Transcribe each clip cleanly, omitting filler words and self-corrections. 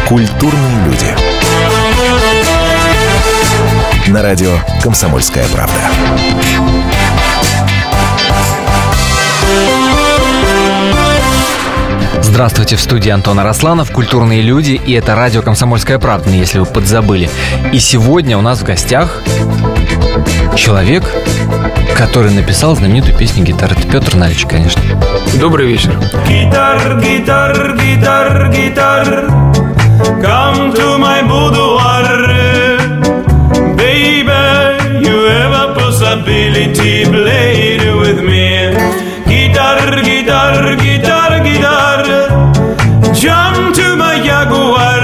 Культурные люди. На радио «Комсомольская правда». Здравствуйте, в студии Антон Арасланов, «Культурные люди», и это радио «Комсомольская правда», если вы подзабыли. И сегодня у нас в гостях человек, который написал знаменитую песню «Гитара». Это Петр Налич, конечно. Добрый вечер. Guitar, guitar, guitar, guitar, come to my boudoir. Baby, you have a possibility, play it with me. Guitar, guitar, guitar, guitar, jump to my Jaguar.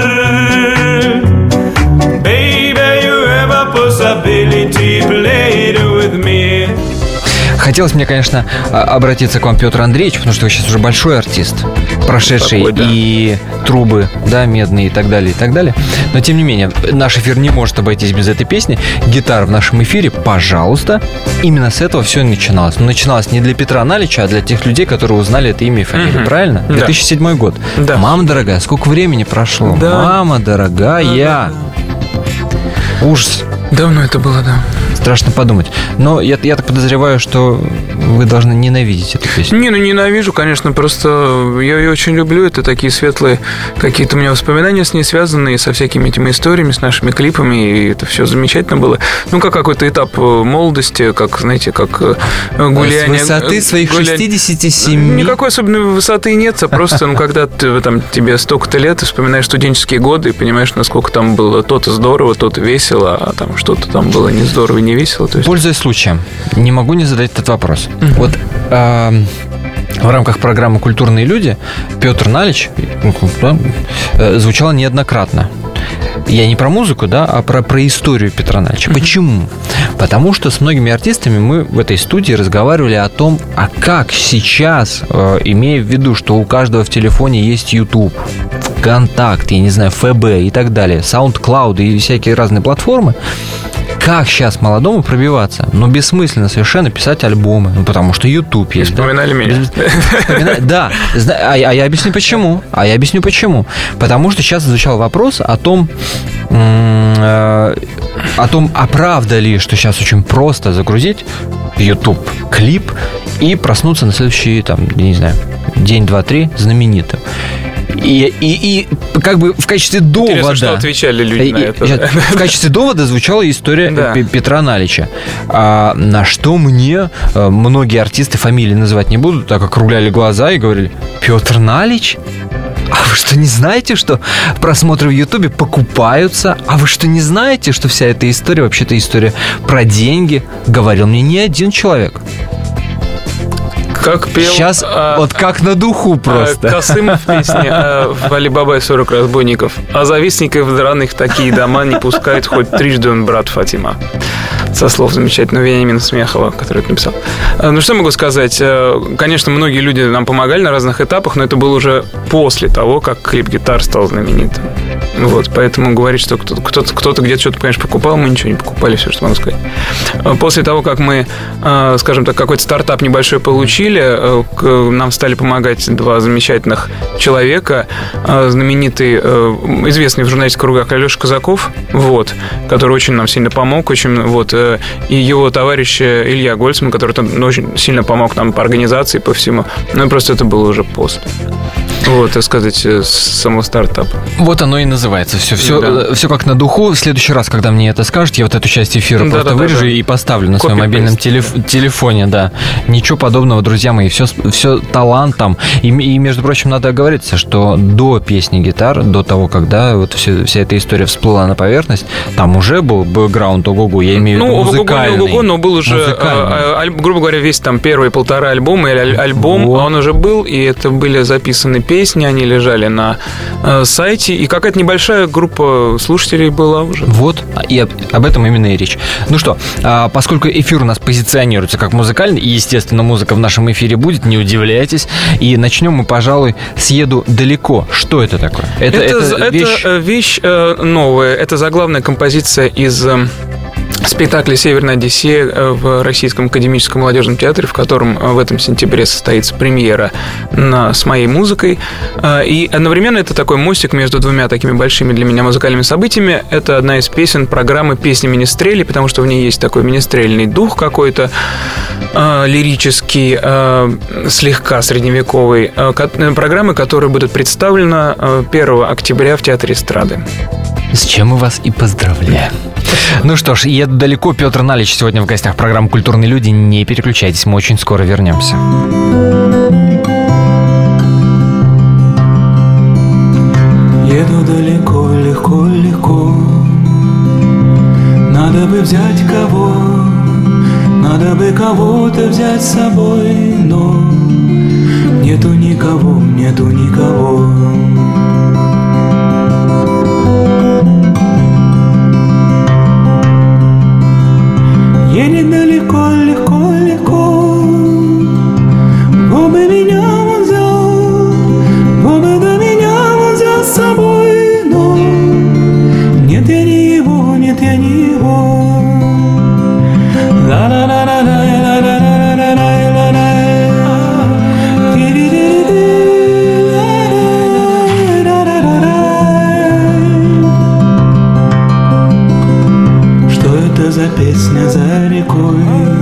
Baby, you have a possibility, play it with me. Хотелось мне, конечно, обратиться к вам, Петр Андреевич, потому что вы сейчас уже большой артист, прошедший такой, да. И трубы, да, медные и так далее, и так далее. Но, тем не менее, наш эфир не может обойтись без этой песни. «Гитара» в нашем эфире, пожалуйста. Именно с этого все и начиналось. Но начиналось не для Петра Налича, а для тех людей, которые узнали это имя и фамилию, правильно? 2007 год. Да. Мама дорогая, сколько времени прошло? Да. Мама дорогая. Ужас. Давно это было, да. Страшно подумать. Но я так подозреваю, что вы должны ненавидеть эту песню. Не, ненавижу, конечно, просто я ее очень люблю. Это такие светлые какие-то у меня воспоминания с ней связанные, со всякими этими историями, с нашими клипами, и это все замечательно было. Ну, как какой-то этап молодости, как, знаете, как гуляние. С высоты своих 67. Никакой особенной высоты нет, а просто, когда тебе столько-то лет, ты вспоминаешь студенческие годы и понимаешь, насколько там было то-то здорово, то-то весело, а там что-то там было не здорово, не весело. То есть... Пользуясь случаем, не могу не задать этот вопрос. Вот в рамках программы «Культурные люди» Петр Налич звучал неоднократно. Я не про музыку, да, а про историю Петра Налича. Почему? Потому что с многими артистами мы в этой студии разговаривали о том, а как сейчас, имея в виду, что у каждого в телефоне есть YouTube, ВКонтакт, я не знаю, ФБ и так далее, SoundCloud и всякие разные платформы, как сейчас молодому пробиваться? Ну, бессмысленно совершенно писать альбомы. Ну, потому что YouTube есть. Вспоминали меня. Да. А я объясню почему. Потому что сейчас звучал вопрос о том, а правда ли, что сейчас очень просто загрузить в YouTube клип и проснуться на следующий, не знаю, день, два, три знаменитым. И как бы в качестве довода... Интересно, что отвечали люди на это. В качестве довода звучала история Петра Налича. На что мне многие артисты, фамилии называть не буду, так округляли глаза и говорили: Петр Налич? А вы что, не знаете, что просмотры в Ютубе покупаются? А вы что, не знаете, что вся эта история вообще-то история про деньги? Говорил мне не один человек. Как пел... Сейчас вот как на духу просто. Касымов в песне в «Али-Баба и 40 разбойников». А завистников драных такие дома не пускает, хоть трижды он брат Фатима. Со слов замечательного Вениамина Смехова, который это написал. Ну, что могу сказать? Конечно, многие люди нам помогали на разных этапах, но это было уже после того, как клип «Гитар» стал знаменитым. Вот, поэтому говорить, что кто-то где-то что-то, конечно, покупал, мы ничего не покупали, все, что могу сказать. После того, как мы, скажем так, какой-то стартап небольшой получили, нам стали помогать два замечательных человека. Знаменитый, известный в журналистских кругах Алеша Казаков, вот, который очень нам сильно помог, и его товарищ Илья Гольцман, который очень сильно помог нам по организации, по всему. Ну, просто это было уже после. Вот, так сказать, с самого стартапа. Вот оно и называется. Все как на духу. В следующий раз, когда мне это скажут, я вот эту часть эфира просто вырежу и поставлю на своем мобильном телефоне, да. Ничего подобного, друзья мои. Все талантом. И, между прочим, надо оговориться, что до песни «Гитар», до того, когда вот вся эта история всплыла на поверхность, там уже был бэкграунд ого-го. Я имею в виду музыкальный. Ого-го, но был уже, грубо говоря, весь там первые полтора альбома или альбом, он уже был, и это были записаны песни, они лежали на сайте, и какая-то небольшая группа слушателей была уже. Вот, и об этом именно и речь. Ну что, поскольку эфир у нас позиционируется как музыкальный, и, естественно, музыка в нашем эфире будет, не удивляйтесь, и начнем мы, пожалуй, с «Еду далеко». Что это такое? Это вещь новая, это заглавная композиция из спектакле «Северная Одиссея» в Российском академическом молодежном театре, в котором в этом сентябре состоится премьера с моей музыкой. И одновременно это такой мостик между двумя такими большими для меня музыкальными событиями. Это одна из песен программы «Песни Министрелей», потому что в ней есть такой министрельный дух какой-то, лирический, слегка средневековый. Программы, которая будет представлена 1 октября в Театре эстрады. С чем мы вас и поздравляем. Ну что ж, еду далеко. Петр Налич сегодня в гостях программы «Культурные люди». Не переключайтесь, мы очень скоро вернемся. Еду далеко, легко, легко. Надо бы взять кого, надо бы кого-то взять с собой, но нету никого, нету никого. Едет далеко, легко, легко. Во бы меня он взял, во бы до меня он взял с собой, но нет, я не его, нет, я не его. Что это за песня за рекой?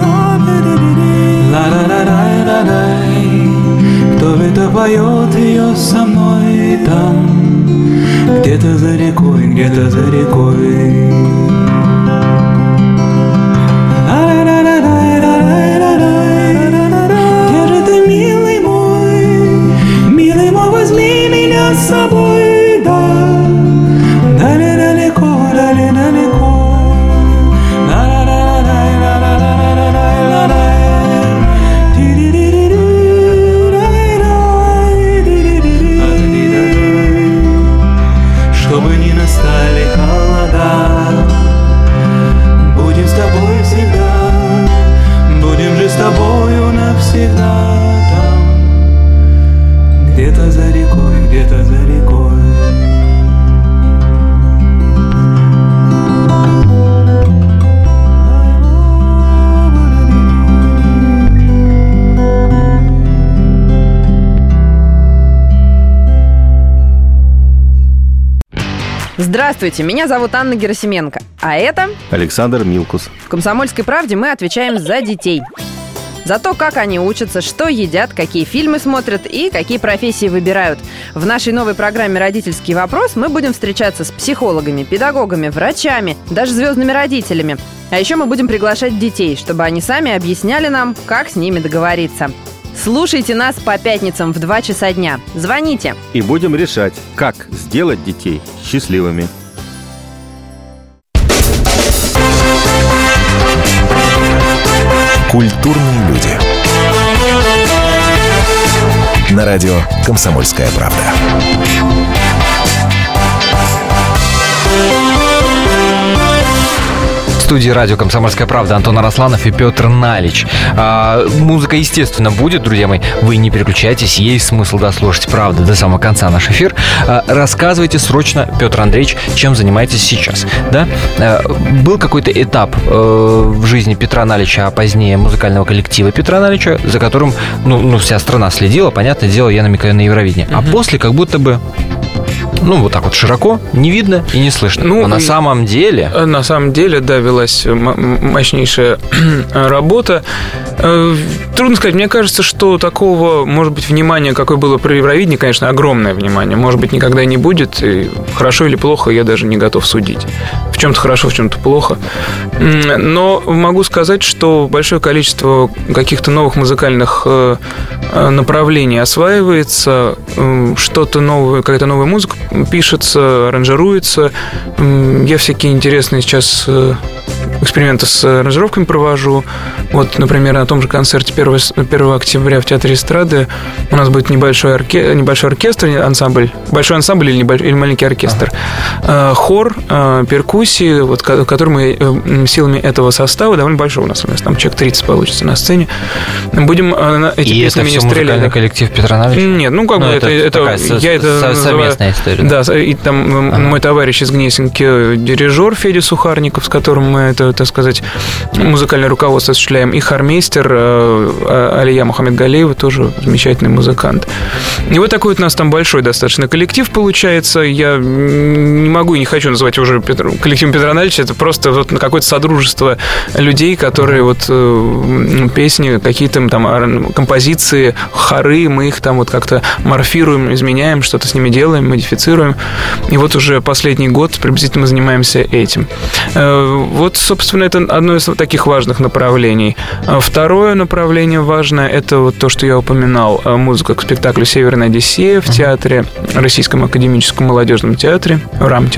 Кто это поет ее со мной там? Где-то за рекой, где-то за рекой. Где же ты, милый мой, возьми меня с собой, да, дали далеко, дали далеко. Чтобы не настали холода, будем с тобой всегда, будем же с тобою навсегда там, где-то за рекой, где-то за рекой. Здравствуйте, меня зовут Анна Герасименко, а это Александр Милкус. в «Комсомольской правде» мы отвечаем за детей. За то, как они учатся, что едят, какие фильмы смотрят и какие профессии выбирают. В нашей новой программе «Родительский вопрос» мы будем встречаться с психологами, педагогами, врачами, даже звездными родителями. А еще мы будем приглашать детей, чтобы они сами объясняли нам, как с ними договориться. Слушайте нас по пятницам в 2 часа дня. Звоните. И будем решать, как сделать детей счастливыми. Культурные люди. На радио «Комсомольская правда». В студии радио «Комсомольская правда» Антон Арасланов и Петр Налич. Музыка, естественно, будет, друзья мои. Вы не переключайтесь, есть смысл дослушать, правда, до самого конца наш эфир. Рассказывайте срочно, Петр Андреевич, чем занимаетесь сейчас. Да? Был какой-то этап в жизни Петра Налича, а позднее музыкального коллектива Петра Налича, за которым вся страна следила, понятное дело, я намекаю на Евровидение. А после как будто бы вот так вот широко не видно и не слышно. Но на самом деле... На самом деле, да, велась мощнейшая работа. Трудно сказать. Мне кажется, что такого, может быть, внимания, какое было при Евровидении, конечно, огромное внимание. Может быть, никогда и не будет. И хорошо или плохо, я даже не готов судить. В чем-то хорошо, в чем-то плохо. Но могу сказать, что большое количество каких-то новых музыкальных направлений осваивается. Что-то новое, какая-то новая музыка пишется, аранжируется. Я всякие интересные сейчас эксперименты с аранжировками провожу. Вот, например, на том же концерте 1 октября в Театре эстрады у нас будет небольшой оркестр, ансамбль, большой ансамбль или маленький оркестр, хор, перкуссии, вот, который мы силами этого состава, довольно большой у нас там человек 30 получится на сцене. Будем эти и песни это все музыкальный коллектив Петра Налича? Нет, это совместная история. Да, и там мой товарищ из Гнесинки, дирижер Федя Сухарников, с которым мы это так сказать, музыкальное руководство осуществляем, и хормейстер Алия Мухаммедгалиева, тоже замечательный музыкант. И вот такой вот у нас там большой достаточно коллектив получается. Я не могу и не хочу называть уже коллективом Петра Анальевича. Это просто вот какое-то содружество людей, которые вот песни, какие-то там композиции, хоры, мы их там вот как-то морфируем, изменяем, что-то с ними делаем, модифицируем. И вот уже последний год приблизительно мы занимаемся этим. Вот, собственно, это одно из таких важных направлений. Второе направление важное — это вот то, что я упоминал, музыка к спектаклю «Северная Одиссея» в театре, Российском академическом молодежном театре в Рамте.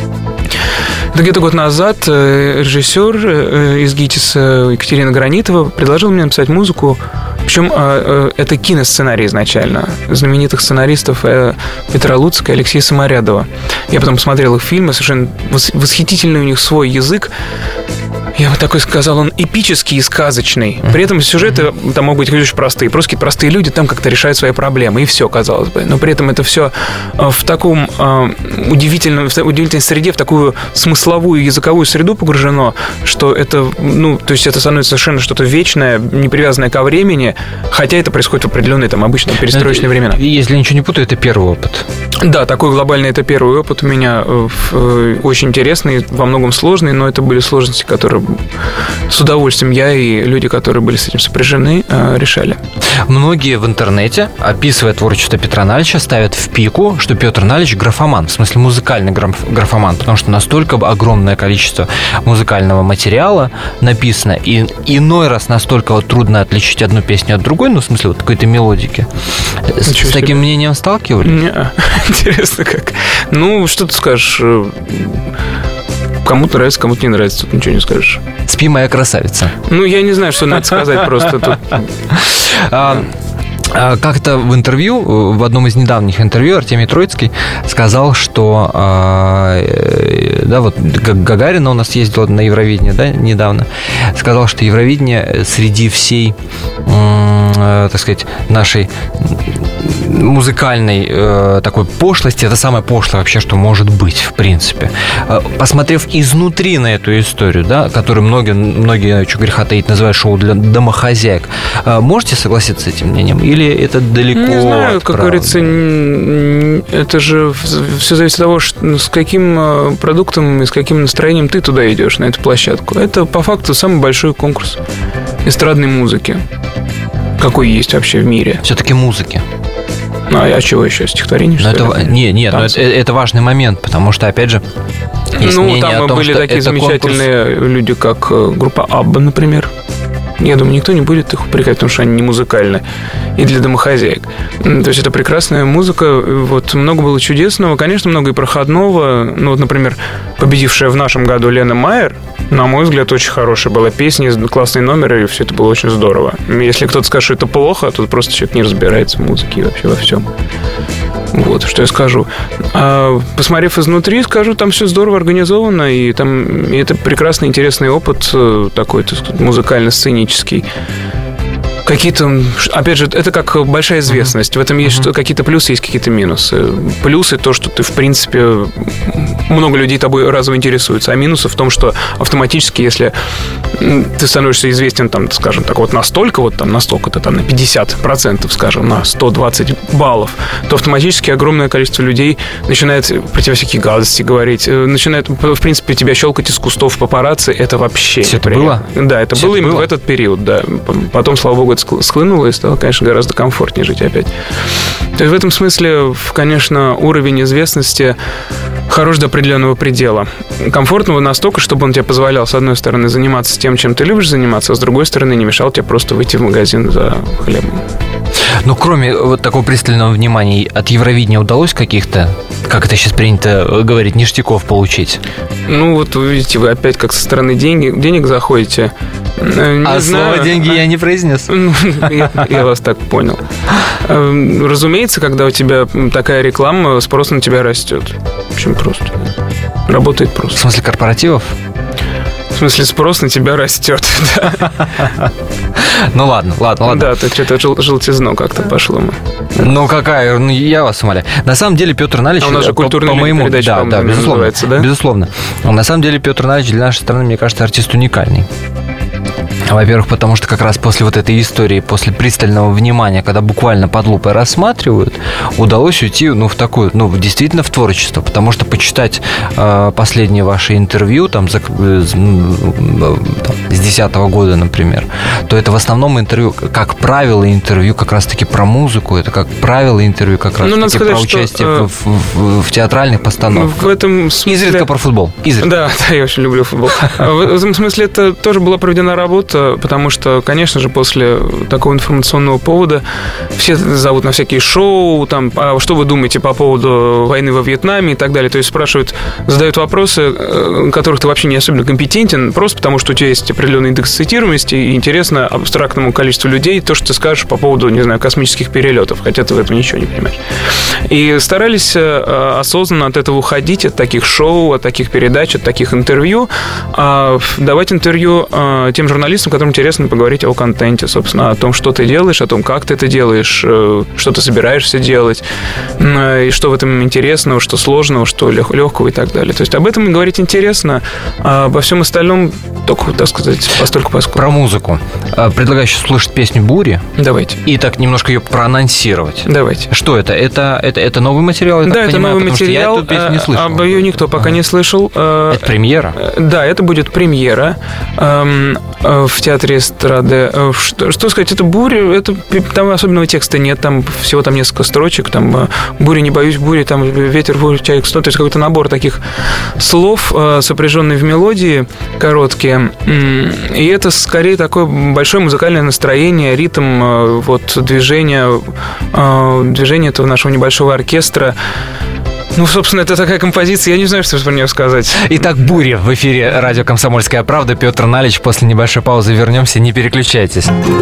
Где-то год назад режиссер из ГИТИСа Екатерина Гранитова предложила мне написать музыку. Причем это киносценарий изначально знаменитых сценаристов Петра Луцика и Алексея Саморядова. Я потом посмотрел их фильмы, совершенно восхитительный у них свой язык. Я бы такой сказал, он эпический и сказочный. При этом сюжеты там могут быть очень простые. Просто какие-то простые люди там как-то решают свои проблемы, и все, казалось бы. Но при этом это все в таком удивительной среде, в такую смысловую языковую среду погружено, что это, то есть это становится совершенно что-то вечное, не привязанное ко времени, хотя это происходит в определенные там обычно перестроечные времена. Если я ничего не путаю, это первый опыт. Да, такой глобальный это первый опыт у меня, очень интересный, во многом сложный, но это были сложности, которые с удовольствием я и люди, которые были с этим сопряжены, решали. Многие в интернете, описывая творчество Петра Анальевича, ставят в пику, что Петр Анальевич графоман, в смысле музыкальный графоман, потому что настолько огромное количество музыкального материала написано, и иной раз настолько вот трудно отличить одну песню от другой, в смысле вот какой-то мелодики. С таким мнением сталкивались? Не, интересно как. Что ты скажешь? Кому-то нравится, кому-то не нравится, тут ничего не скажешь. «Спи, моя красавица». Я не знаю, что надо сказать просто тут. Как-то в интервью, в одном из недавних интервью Артемий Троицкий сказал, что Гагарина у нас ездила на Евровидение, недавно, сказал, что Евровидение среди всей, так сказать, нашей музыкальной такой пошлости, это самое пошлое вообще, что может быть, в принципе. Посмотрев изнутри на эту историю, которую многие, что греха таить, называют шоу для домохозяек, можете согласиться с этим мнением? Или это далеко? Не знаю, от как правды? говорится, это же все зависит от того, с каким продуктом и с каким настроением ты туда идешь, на эту площадку. Это по факту самый большой конкурс эстрадной музыки, какой есть вообще в мире. Все-таки музыки. А чего еще? Стихотворение, что ли? Это важный момент, потому что, опять же, есть мнение там о том, были что такие это замечательные люди, как группа Абба, например. Я думаю, никто не будет их упрекать, потому что они не музыкальны. И для домохозяек. То есть это прекрасная музыка. Вот много было чудесного. Конечно, много и проходного. Например, победившая в нашем году Лена Майер, на мой взгляд, очень хорошая была песня, классный номер, и все это было очень здорово. Если кто-то скажет, что это плохо, то просто человек не разбирается в музыке и вообще во всем. Вот, что я скажу. Посмотрев изнутри, скажу, там все здорово организовано, и это прекрасный, интересный опыт такой, так сказать, музыкально-сценический. Какие-то, опять же, это как большая известность. В этом есть какие-то плюсы, есть какие-то минусы. Плюсы — то, что ты, в принципе, много людей тобой разово интересуются. А минусы в том, что автоматически, если ты становишься известен, там, скажем так, вот настолько-то, там, на 50%, скажем, на 120 баллов, то автоматически огромное количество людей начинает про тебя всякие гадости говорить, начинает, в принципе, тебя щелкать из кустов папарацци. Это вообще все это было? Да, это было именно в этот период, да. Потом, слава богу, схлынуло, и стало, конечно, гораздо комфортнее жить опять. То есть в этом смысле, конечно, уровень известности хорош до определенного предела. Комфортного настолько, чтобы он тебе позволял, с одной стороны, заниматься тем, чем ты любишь заниматься, а с другой стороны, не мешал тебе просто выйти в магазин за хлебом. Кроме вот такого пристального внимания, от Евровидения удалось каких-то, как это сейчас принято говорить, ништяков получить? Вы видите, вы опять как со стороны денег заходите. Не знаю. Слово «деньги» я не произнес. Я вас так понял. Разумеется, когда у тебя такая реклама, спрос на тебя растет. Очень просто. Работает просто. В смысле корпоративов? В смысле, спрос на тебя растет. Ну ладно. Да, ты что-то желтизну как-то пошло. Ну какая, я вас умоляю. На самом деле Петр Налич... А у нас же культурная передача, да, называется, да? Безусловно. На самом деле Петр Налич для нашей страны, мне кажется, артист уникальный. Во-первых, потому что как раз после вот этой истории, после пристального внимания, когда буквально под лупой рассматривают, удалось уйти, в такую, действительно в творчество. Потому что почитать последние ваши интервью, с 2010 года, например, то это в основном интервью, как правило, интервью как раз-таки про музыку, это, как правило, интервью как раз-таки про участие в театральных постановках. В этом смысле... Изредка про футбол. Да, я очень люблю футбол. В этом смысле это тоже была проведена работа, потому что, конечно же, после такого информационного повода все зовут на всякие шоу, а что вы думаете по поводу войны во Вьетнаме и так далее. То есть спрашивают, задают вопросы, которых ты вообще не особенно компетентен, просто потому что у тебя есть определенный индекс цитируемости и интересно абстрактному количеству людей то, что ты скажешь по поводу, не знаю, космических перелетов, хотя ты в этом ничего не понимаешь. И старались осознанно от этого уходить, от таких шоу, от таких передач, от таких интервью, давать интервью тем журналистам, которым интересно поговорить о контенте, собственно, о том, что ты делаешь, о том, как ты это делаешь, что ты собираешься делать, и что в этом интересного, что сложного, что легкого и так далее. То есть об этом говорить интересно, а обо всем остальном только, так сказать, постольку-поскольку. Про музыку. Предлагаю сейчас слушать песню «Бури». Давайте. И так немножко ее проанонсировать. Давайте. Что это? Это новый материал, я так понимаю? Новый материал. Я эту песню не слышал. Об ее никто пока не слышал. Это премьера? Да, это будет премьера в театре эстрады. Что сказать, это «Буря», там особенного текста нет, там всего несколько строчек, там «Буря, не боюсь бури», там «Ветер, буря, чайк, сто», то есть какой-то набор таких слов, сопряженный в мелодии, короткие. И это скорее такое большое музыкальное настроение, ритм, движение этого нашего небольшого оркестра. Собственно, это такая композиция, я не знаю, что про нее сказать. Итак, «Буря» в эфире радио «Комсомольская правда». Петр Налич. После небольшой паузы вернемся, не переключайтесь.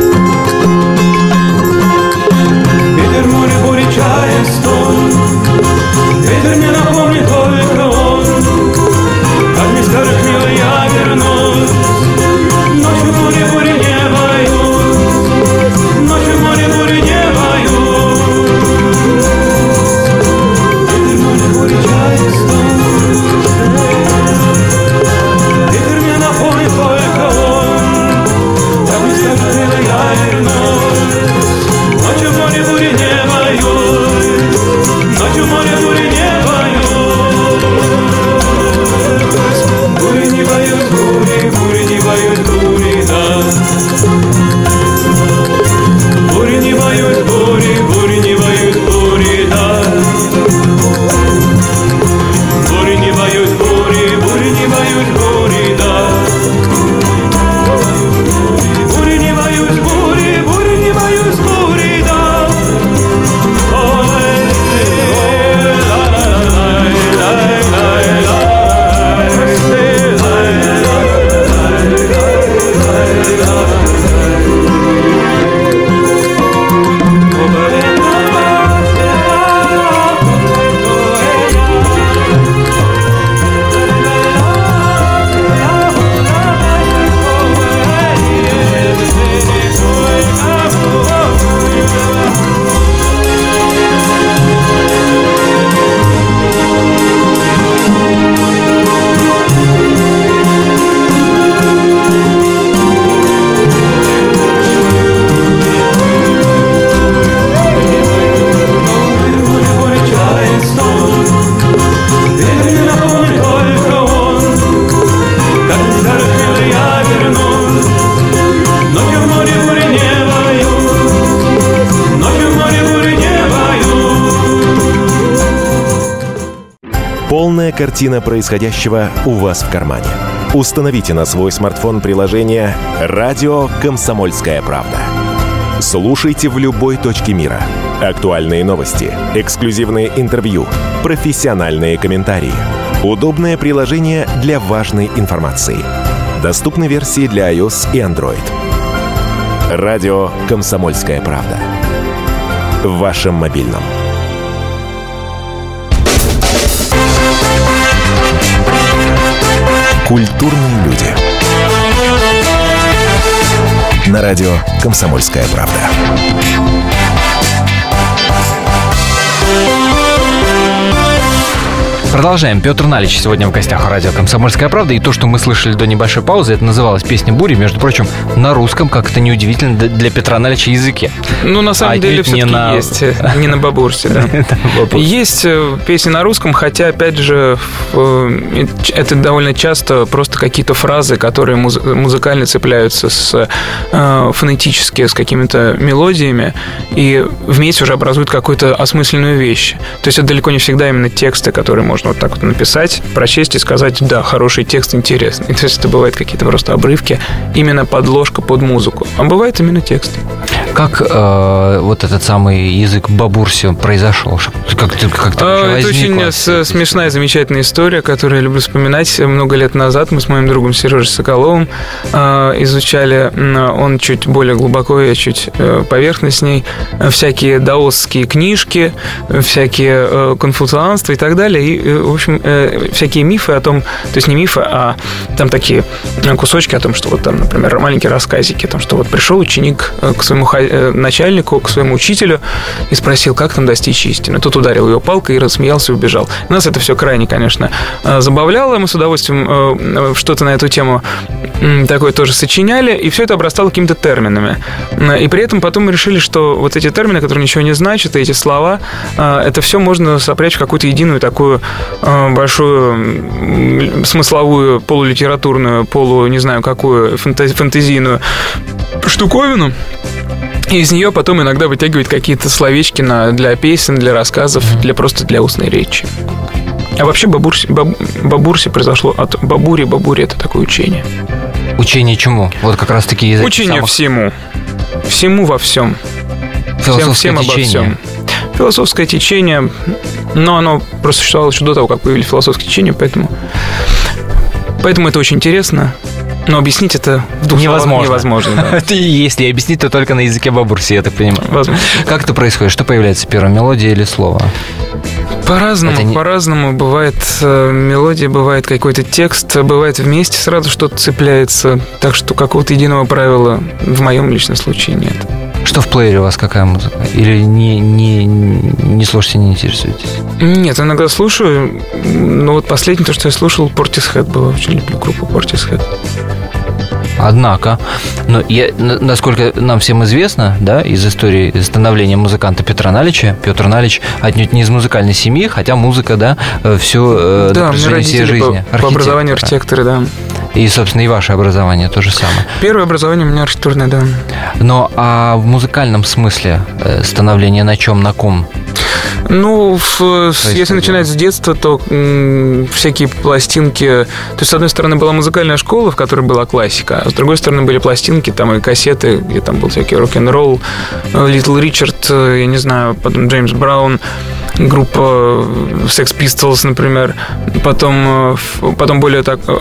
Ветер, море, буря, чая, стон. Ветер мне напомнит только он. Как мне скажешь, милый, я вернусь. Ночью море, буря, не боюсь. Ночью море, буря, не боюсь. Ветер, море, буря, чая, стон. Ветер мне напомнит только он. Как мне скажешь, милый, я вернусь. Ночью море, буря, не боюсь. Ночью море, буря, не боюсь. Бури не боюсь, бури не боюсь, бури, да. Бури не боюсь, бури не боюсь, бури, да. Бури не боюсь, бури не боюсь, бури, да. Бури не боюсь, бури не боюсь, бури, да. Полная картина происходящего у вас в кармане. Установите на свой смартфон приложение «Радио Комсомольская правда». Слушайте в любой точке мира. Актуальные новости, эксклюзивные интервью, профессиональные комментарии. Удобное приложение для важной информации. Доступны версии для iOS и Android. «Радио Комсомольская правда». В вашем мобильном. Культурные люди. на радио «Комсомольская правда». Продолжаем. Петр Налич сегодня в гостях у радио «Комсомольская правда». И то, что мы слышали до небольшой паузы, это называлась «Песня бури», между прочим, на русском, как это неудивительно, для Петра Налича языке. Ну, на самом деле, все-таки есть. Не на бабурсе, да. Есть песни на русском, хотя, опять же, это довольно часто просто какие-то фразы, которые музыкально цепляются фонетически с какими-то мелодиями и вместе уже образуют какую-то осмысленную вещь. То есть это далеко не всегда именно тексты, которые можно вот так вот написать, прочесть и сказать: да, хороший текст, интересный. То есть это бывают какие-то просто обрывки, именно подложка под музыку. А бывает именно текст. Как вот этот самый язык бабурси произошел? Это очень смешная, замечательная история, которую я люблю вспоминать. Много лет назад мы с моим другом Сережей Соколовым изучали, он чуть более глубоко, я чуть поверхностней, всякие даосские книжки, всякие конфуцианства и так далее. И, в общем, всякие мифы о том, то есть не мифы, а там такие кусочки о том, что вот там, например, маленькие рассказики о том, что вот пришел ученик к своему начальнику, к своему учителю и спросил, как там достичь истины. Тот ударил его палкой и рассмеялся и убежал. Нас это все крайне, конечно, забавляло. Мы с удовольствием что-то на эту тему такое тоже сочиняли, и все это обрастало какими-то терминами. И при этом потом мы решили, что вот эти термины, которые ничего не значат, и эти слова, это все можно сопрячь в какую-то единую такую большую смысловую, полулитературную, не знаю какую, фантазийную штуковину. И из нее потом иногда вытягивать какие-то словечки для песен, для рассказов, просто для устной речи. А вообще бабурси произошло от бабури. Бабури — это такое учение. Учение чему? Вот как раз-таки язык. Учение всему. Всему во всем. Философское всем течение. Обо всем. Философское течение, но оно просто существовало еще до того, как появились философские течения, поэтому это очень интересно. Но объяснить это в двух словах невозможно. Да. Если объяснить, то только на языке бабурси, я так понимаю. Возможно. Как это происходит? Что появляется первым, мелодия или слово? По-разному. Бывает мелодия, бывает какой-то текст, бывает вместе сразу что-то цепляется. Так что какого-то единого правила в моем личном случае нет. Что в плеере у вас, какая музыка? Или не слушаете, не интересуетесь? Нет, иногда слушаю. Но вот последнее, то, что я слушал, Portishead было. Очень люблю группу Portishead. Однако, насколько нам всем известно, да, из истории становления музыканта Петра Налича, Петр Налич отнюдь не из музыкальной семьи, хотя музыка, да, все на протяжении всей жизни. По образованию архитекторы, да. И, собственно, и ваше образование то же самое. Первое образование у меня архитектурное, да. Но а в музыкальном смысле становление на чем, на ком? Ну, если начинать с детства, то всякие пластинки... То есть, с одной стороны, была музыкальная школа, в которой была классика, а с другой стороны, были пластинки, там и кассеты, где там был всякий рок-н-ролл, Литл Ричард, я не знаю, потом Джеймс Браун, группа Sex Pistols, например. Потом более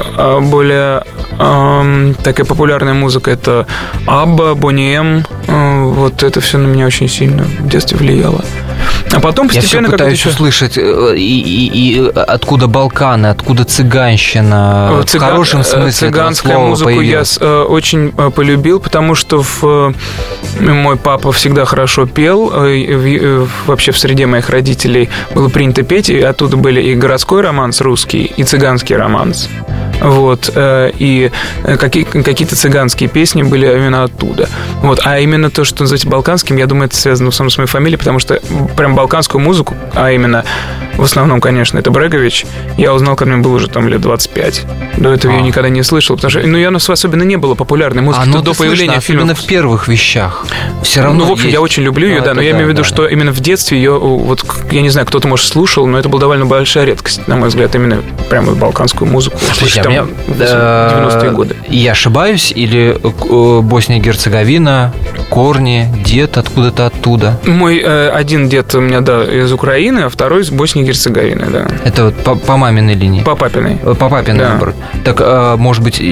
такая популярная музыка — это Абба, Бонни М. Вот это все на меня очень сильно в детстве влияло. А потом постепенно... Я все пытаюсь услышать, и откуда Балканы, откуда цыганщина, в хорошем смысле цыганскую музыку появилась. Я очень полюбил, потому что мой папа всегда хорошо пел, вообще в среде моих родителей было принято петь, и оттуда были и городской романс русский, и цыганский романс. Вот, и какие-то цыганские песни были именно оттуда. Вот, а именно то, что называется балканским, я думаю, это связано в основном с моей фамилией, потому что прям балканскую музыку, а именно в основном, конечно, это Брегович, я узнал, когда мне было уже там лет 25. До этого я никогда не слышал, потому что, у нас особенно не было популярной музыки до появления фильмов. Особенно в первых вещах. Все равно в общем, я очень люблю ее, да, но я имею в виду, что именно в детстве ее, вот, я не знаю, кто-то, может, слушал, но это была довольно большая редкость, на мой взгляд, именно прямо балканскую музыку. Слушайте, 90-е годы. Я ошибаюсь? Или Босния и Герцеговина, корни, дед откуда-то оттуда? Мой один дед у меня, да, из Украины, а второй из Боснии Боснии и Герцеговины, да. Это вот по маминой линии? По папиной. По папиной, Да. наоборот. Так, может быть,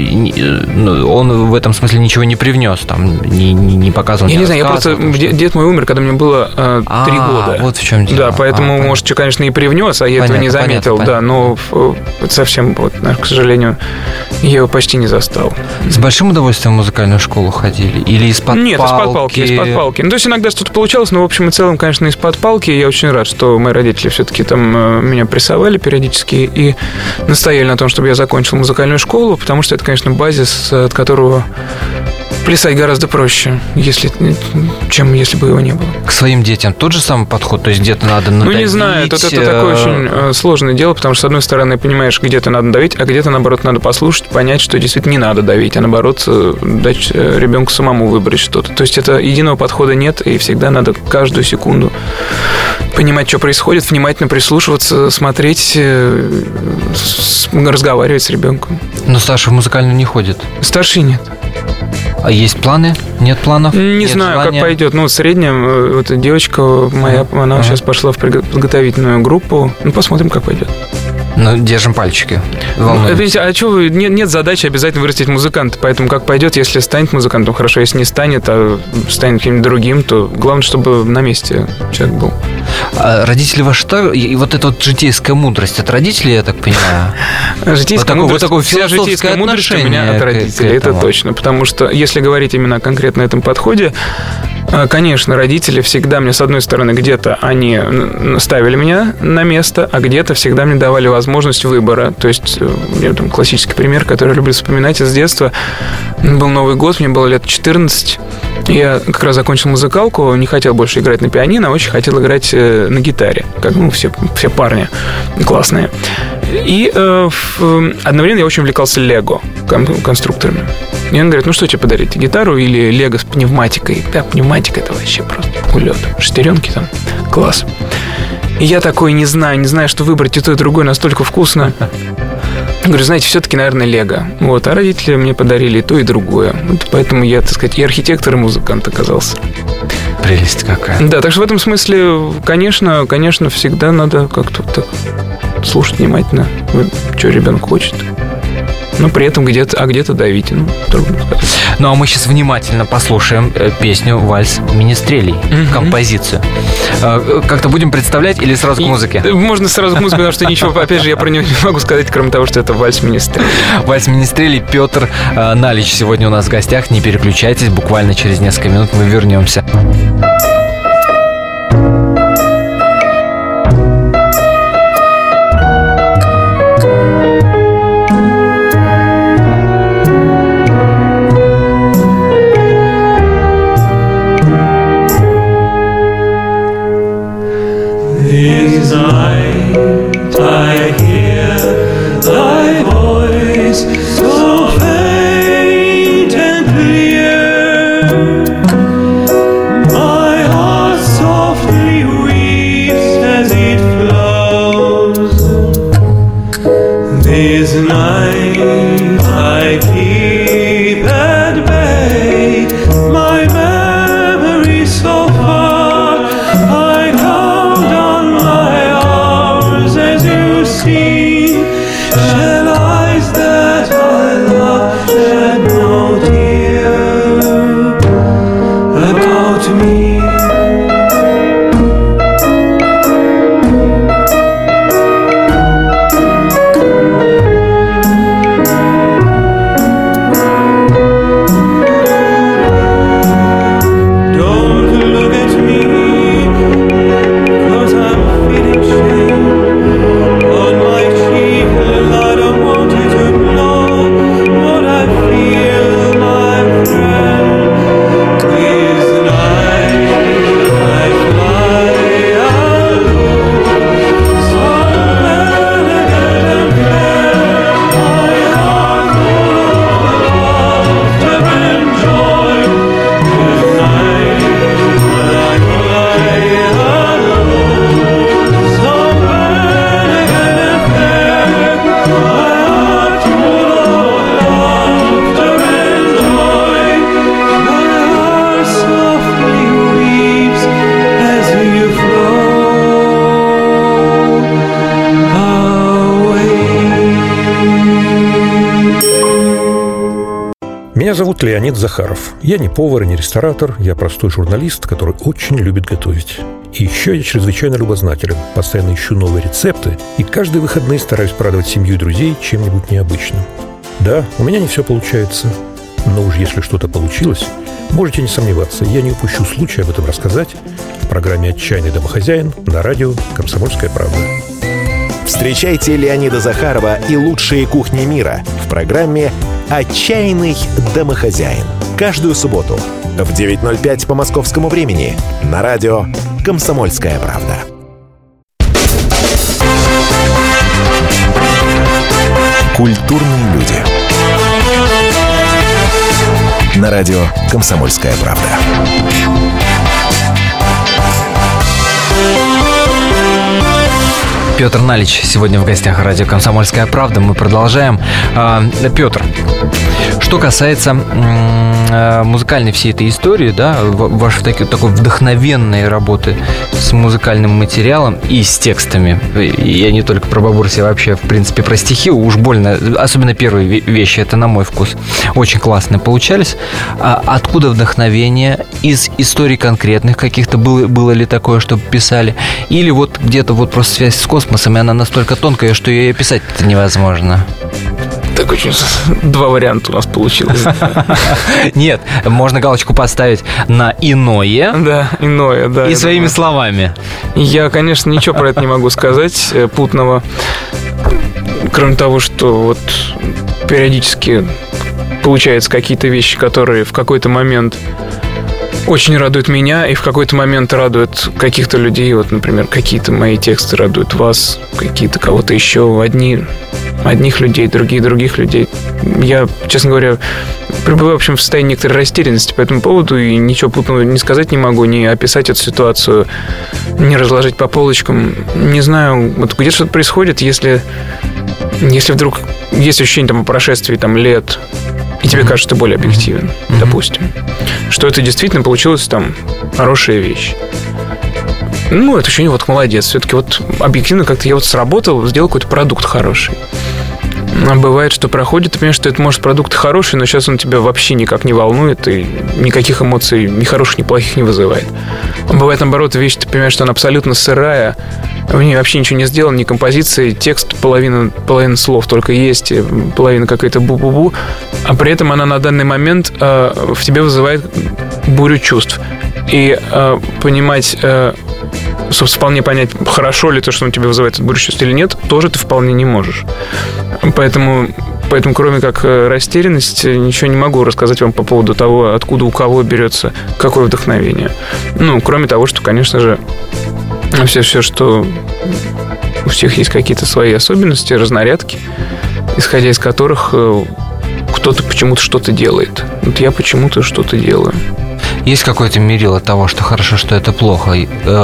он в этом смысле ничего не привнес, там, не показывал, Я не знаю, рассказывал, дед мой умер, когда мне было 3 года. Вот в чем дело. Да, поэтому, понятно. может, конечно, и привнес, а я этого не заметил. Понятно. Да, но совсем, к сожалению, я его почти не застал. С большим удовольствием в музыкальную школу ходили? Или из-под Нет, палки? из-под палки. Ну, то есть иногда что-то получалось, но в общем и целом, конечно, из-под палки. Я очень рад, что мои родители все-таки там меня прессовали периодически и настояли на том, чтобы я закончил музыкальную школу, потому что это, конечно, базис, от которого плясать гораздо проще, чем если бы его не было. К своим детям тот же самый подход? То есть где-то надо надавить? Ну, не знаю, это такое очень сложное дело, потому что, с одной стороны, понимаешь, где-то надо давить, а где-то, наоборот, надо послушать, понять, что действительно не надо давить, а, наоборот, дать ребенку самому выбрать что-то. То есть это единого подхода нет, и всегда надо каждую секунду понимать, что происходит, внимательно прислушиваться, смотреть, разговаривать с ребенком. Но старший в музыкальную не ходит? Старший нет. А есть планы? Нет планов? Не Нет знаю, желания? как пойдет. Ну, в среднем, вот девочка моя, она сейчас пошла в подготовительную группу. Ну, посмотрим, как пойдет. Ну, держим пальчики. Волнуемся. А что вы, нет задачи обязательно вырастить музыканта, поэтому как пойдет, если станет музыкантом, хорошо, если не станет, а станет каким-нибудь другим, то главное, чтобы на месте человек был. А родители ваши, и вот эта вот житейская мудрость от родителей, я так понимаю? Житейская мудрость, такое вся житейская мудрость у меня отношение от родителей, это точно, потому что если говорить именно конкретно о этом подходе, конечно, родители всегда мне, с одной стороны, где-то они ставили меня на место, а где-то всегда мне давали возможность выбора. То есть, у меня там классический пример, который я люблю вспоминать из детства. Был Новый год, мне было лет 14. Я как раз закончил музыкалку, не хотел больше играть на пианино, а очень хотел играть на гитаре, как все парни классные. И одновременно я очень увлекался лего конструкторами. И он говорит, ну что тебе подарить, гитару или лего с пневматикой? Да, пневматика это вообще просто улет. Шестеренки там, класс. И я такой не знаю, что выбрать, и то, и другое настолько вкусно. Говорю, знаете, все-таки, наверное, лего. Вот, а родители мне подарили и то, и другое. Вот поэтому я, так сказать, и архитектор, и музыкант оказался. Прелесть какая. Да, так что в этом смысле, конечно, всегда надо как-то так слушать внимательно, что ребенок хочет. Но при этом где-то давить. Ну, а мы сейчас внимательно послушаем песню «Вальс Министрелей», композицию. Как-то будем представлять или сразу к музыке? Можно сразу к музыке, потому что ничего, опять же, я про него не могу сказать, кроме того, что это «Вальс Министрелей». «Вальс Министрелей», Петр Налич сегодня у нас в гостях. Не переключайтесь, буквально через несколько минут мы вернемся. This night I hear thy voice so faint and clear. My heart softly weeps as it flows. This night I keep at bay my memory so far. I count on my hours as you see. Меня зовут Леонид Захаров. Я не повар и не ресторатор, я простой журналист, который очень любит готовить. И еще я чрезвычайно любознателен, постоянно ищу новые рецепты и каждые выходные стараюсь порадовать семью и друзей чем-нибудь необычным. Да, у меня не все получается, но уж если что-то получилось, можете не сомневаться, я не упущу случая об этом рассказать в программе «Отчаянный домохозяин» на радио «Комсомольская правда». Встречайте Леонида Захарова и лучшие кухни мира в программе «Отчаянный домохозяин». Каждую субботу в 9:05 по московскому времени на радио «Комсомольская правда». Культурные люди. На радио «Комсомольская правда». Петр Налич сегодня в гостях радио «Комсомольская правда». Мы продолжаем. Петр, что касается музыкальной всей этой истории, да, вашей такой вдохновенной работы с музыкальным материалом и с текстами. Я не только про Бабурси, а вообще, в принципе, про стихи. Уж больно, особенно первые вещи, это на мой вкус, очень классные получались. Откуда вдохновение? Из историй конкретных каких-то было ли такое, чтобы писали? Или вот где-то вот просто связь с космосом, и она настолько тонкая, что ее писать-то невозможно? Так очень два варианта у нас получилось. Нет, можно галочку поставить на иное. Да, иное, да. И своими словами. Я, конечно, ничего про это не могу сказать путного. Кроме того, что вот периодически получаются какие-то вещи, которые в какой-то момент очень радуют меня, и в какой-то момент радуют каких-то людей. Вот, например, какие-то мои тексты радуют вас, какие-то кого-то еще. Одних людей, других людей. Я, честно говоря, пребываю, в общем, в состоянии некоторой растерянности по этому поводу, и ничего путного не сказать не могу, не описать эту ситуацию, не разложить по полочкам. Не знаю, вот где что-то происходит, если вдруг есть ощущение там, по прошествии там, лет, и тебе кажется, что ты более объективен, допустим, что это действительно получилась там хорошая вещь. Ну, это ощущение, вот молодец. Все-таки вот объективно как-то я вот сработал, сделал какой-то продукт хороший. А бывает, что проходит, ты понимаешь, что это, может, продукт хороший, но сейчас он тебя вообще никак не волнует и никаких эмоций ни хороших, ни плохих не вызывает. А бывает, наоборот, вещь, ты понимаешь, что она абсолютно сырая, в ней вообще ничего не сделано, ни композиции, текст, половина слов только есть, половина какая-то бу-бу-бу, а при этом она на данный момент в тебе вызывает бурю чувств. И понимать, собственно, вполне понять, хорошо ли то, что он тебе вызывает бурю чувств или нет, тоже ты вполне не можешь. Поэтому, кроме как растерянность, ничего не могу рассказать вам по поводу того, откуда у кого берется какое вдохновение. Ну, кроме того, что, конечно же, все, что у всех есть какие-то свои особенности, разнарядки, исходя из которых кто-то почему-то что-то делает. Вот я почему-то что-то делаю. Есть какое-то мерило того, что хорошо, что это плохо?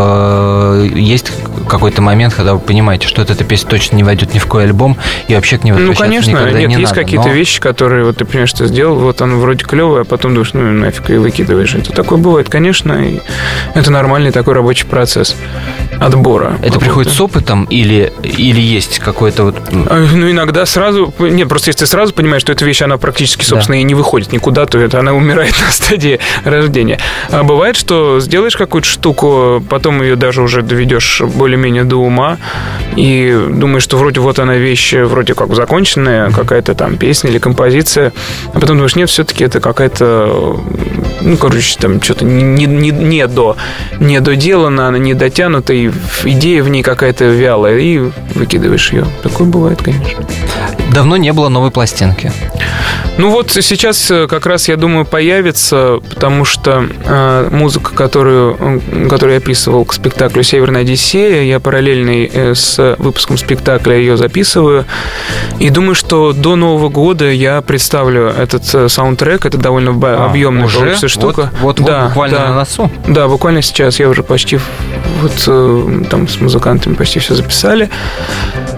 Есть какой-то момент, когда вы понимаете, что эта песня точно не войдет ни в какой альбом, и вообще к ней возвращаться никогда не надо? Нет, есть какие-то вещи, которые вот ты понимаешь, что сделал, вот оно вроде клевое, а потом думаешь, ну нафиг, и выкидываешь. Это такое бывает, конечно, и это нормальный такой рабочий процесс отбора. Это приходит с опытом или есть какой-то вот... Ну, иногда сразу... Нет, просто если ты сразу понимаешь, что эта вещь, она практически, собственно, и не выходит никуда, то это она умирает на стадии рождения. А бывает, что сделаешь какую-то штуку, потом ее даже уже доведешь более-менее до ума и думаешь, что вроде вот она вещь вроде как законченная, какая-то там песня или композиция, а потом думаешь, нет, все-таки это какая-то, ну, короче, там что-то не доделана, она не дотянута, и идея в ней какая-то вялая, и выкидываешь ее. Такое бывает, конечно. Давно не было новой пластинки. Ну вот сейчас как раз, я думаю, появится, потому что музыка, которую я описывал к спектаклю «Северная Одиссея», я параллельно с выпуском спектакля ее записываю. И думаю, что до Нового года я представлю этот саундтрек. Это довольно объемная получится штука. Вот буквально на носу? Да, буквально сейчас. Я уже почти там с музыкантами почти все записали.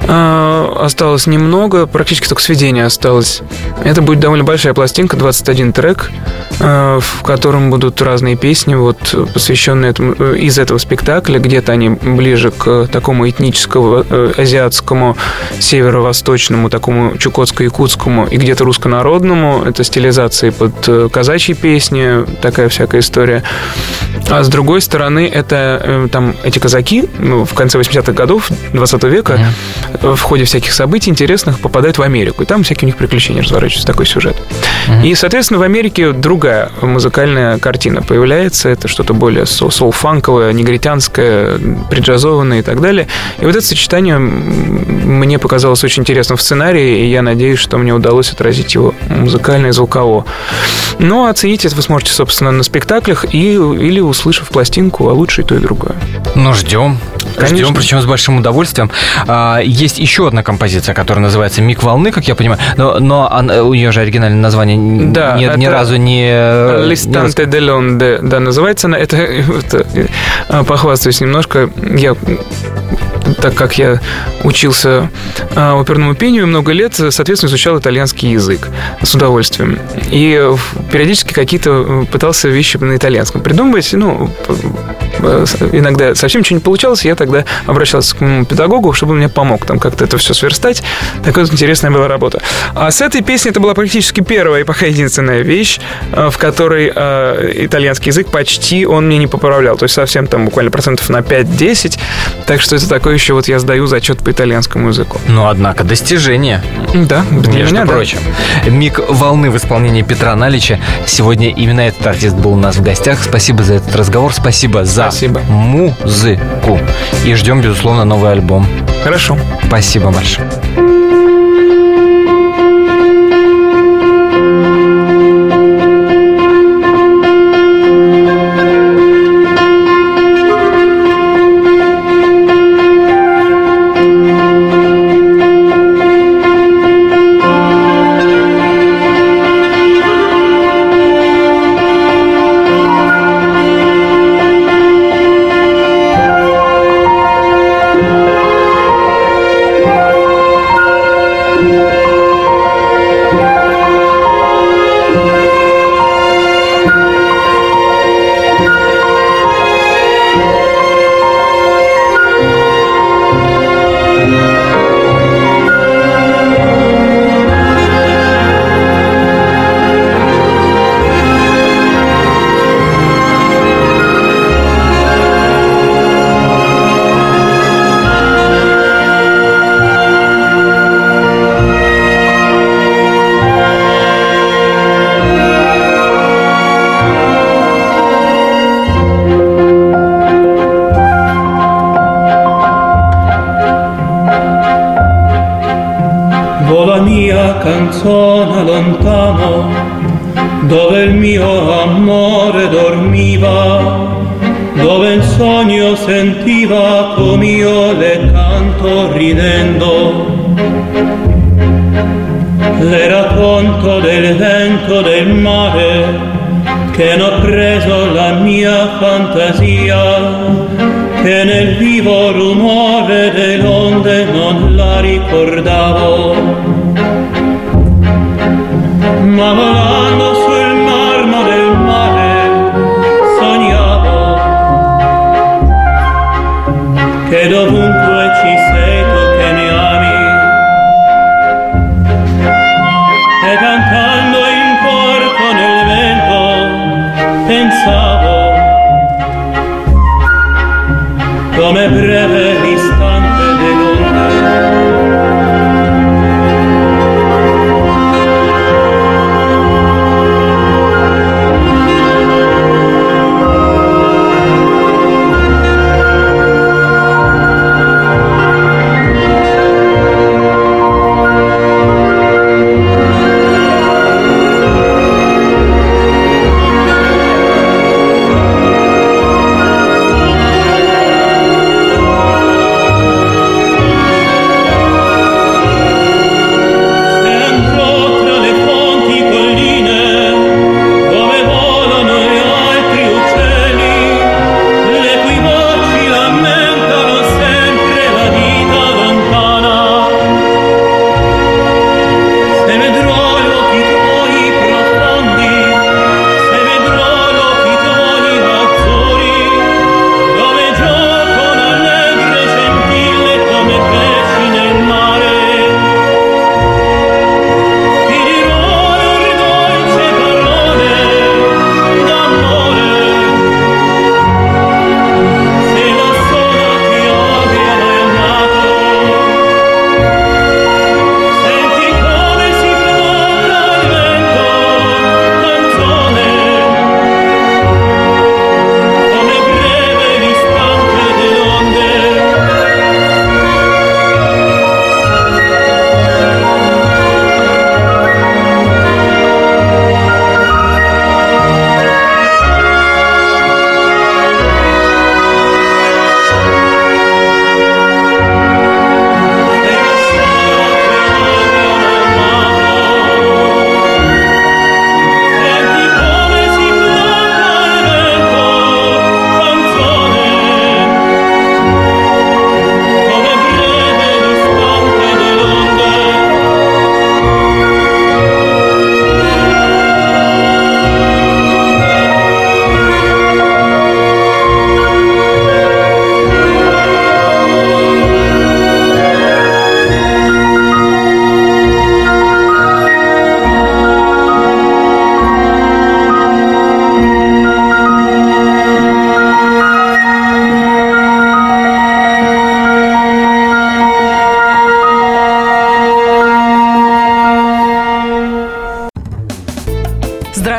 Осталось немного, практически только сведение осталось. Это будет довольно большая пластинка, 21 трек, в котором будут разные песни, вот, посвященные этому, из этого спектакля. Где-то они ближе к такому этническому, азиатскому, северо-восточному, такому чукотско-якутскому, и где-то руссконародному. Это стилизации под казачьи песни, такая всякая история. А с другой стороны, это там эти казаки в конце 80-х годов 20 века в ходе всяких событий интересных попадают в Америку. И там всякие у них приключения разворачиваются, такой сюжет. И, соответственно, в Америке другая музыкальная картина появляется. Это что-то более соул-фанковое, негритянское, преджазованное и так далее. И вот это сочетание мне показалось очень интересным в сценарии, и я надеюсь, что мне удалось отразить его музыкально и звуково. Но оценить это вы сможете, собственно, на спектаклях или услышав пластинку, а лучше и то, и другое. Ну, ждем. Конечно. Ждем, причем с большим удовольствием. Есть еще одна композиция, которая называется «Миг волны», как я понимаю, но у нее же оригинальное название ни разу не... «L'Istante dell'Onde», да, называется она. Это похвастаюсь немножко. Так как я учился оперному пению много лет, соответственно, изучал итальянский язык с удовольствием. И периодически какие-то пытался вещи на итальянском придумывать. Иногда совсем ничего не получалось, я тогда обращался к моему педагогу, чтобы он мне помог там как-то это все сверстать. Такая вот интересная была работа. А с этой песней это была практически первая и пока единственная вещь, в которой итальянский язык почти он мне не поправлял. То есть совсем там буквально процентов на 5-10. Так что это такое еще вот я сдаю зачет по итальянскому языку. Ну, однако, достижение. Да, для меня, прочим. Да. «Миг волны» в исполнении Петра Налича. Сегодня именно этот артист был у нас в гостях. Спасибо за этот разговор. Спасибо за музыку. И ждем, безусловно, новый альбом. Хорошо. Спасибо большое. Canzone lontano dove il mio amore dormiva, dove il sogno sentiva come io le canto ridendo. Le racconto del vento del mare che n'ho preso la mia fantasia, che nel vivo rumore delle onde non la ricordavo. Ma volando sul marmo del mare sognavo che dovunque ci sei tu che mi ami, e cantando in corpo nel vento pensavo come breve l'istante dell'onde.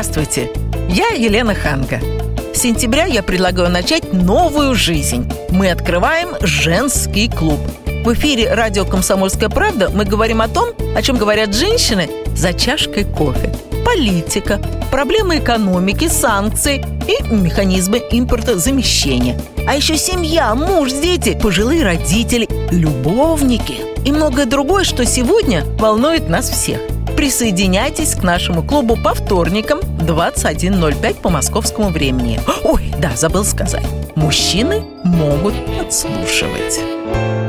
Здравствуйте, я Елена Ханга. С сентября я предлагаю начать новую жизнь. Мы открываем женский клуб. В эфире радио «Комсомольская правда» мы говорим о том, о чем говорят женщины за чашкой кофе. Политика, проблемы экономики, санкции и механизмы импортозамещения. А еще семья, муж, дети, пожилые родители, любовники и многое другое, что сегодня волнует нас всех. Присоединяйтесь к нашему клубу по вторникам в 21:05 по московскому времени. Ой, да, забыл сказать. Мужчины могут подслушивать.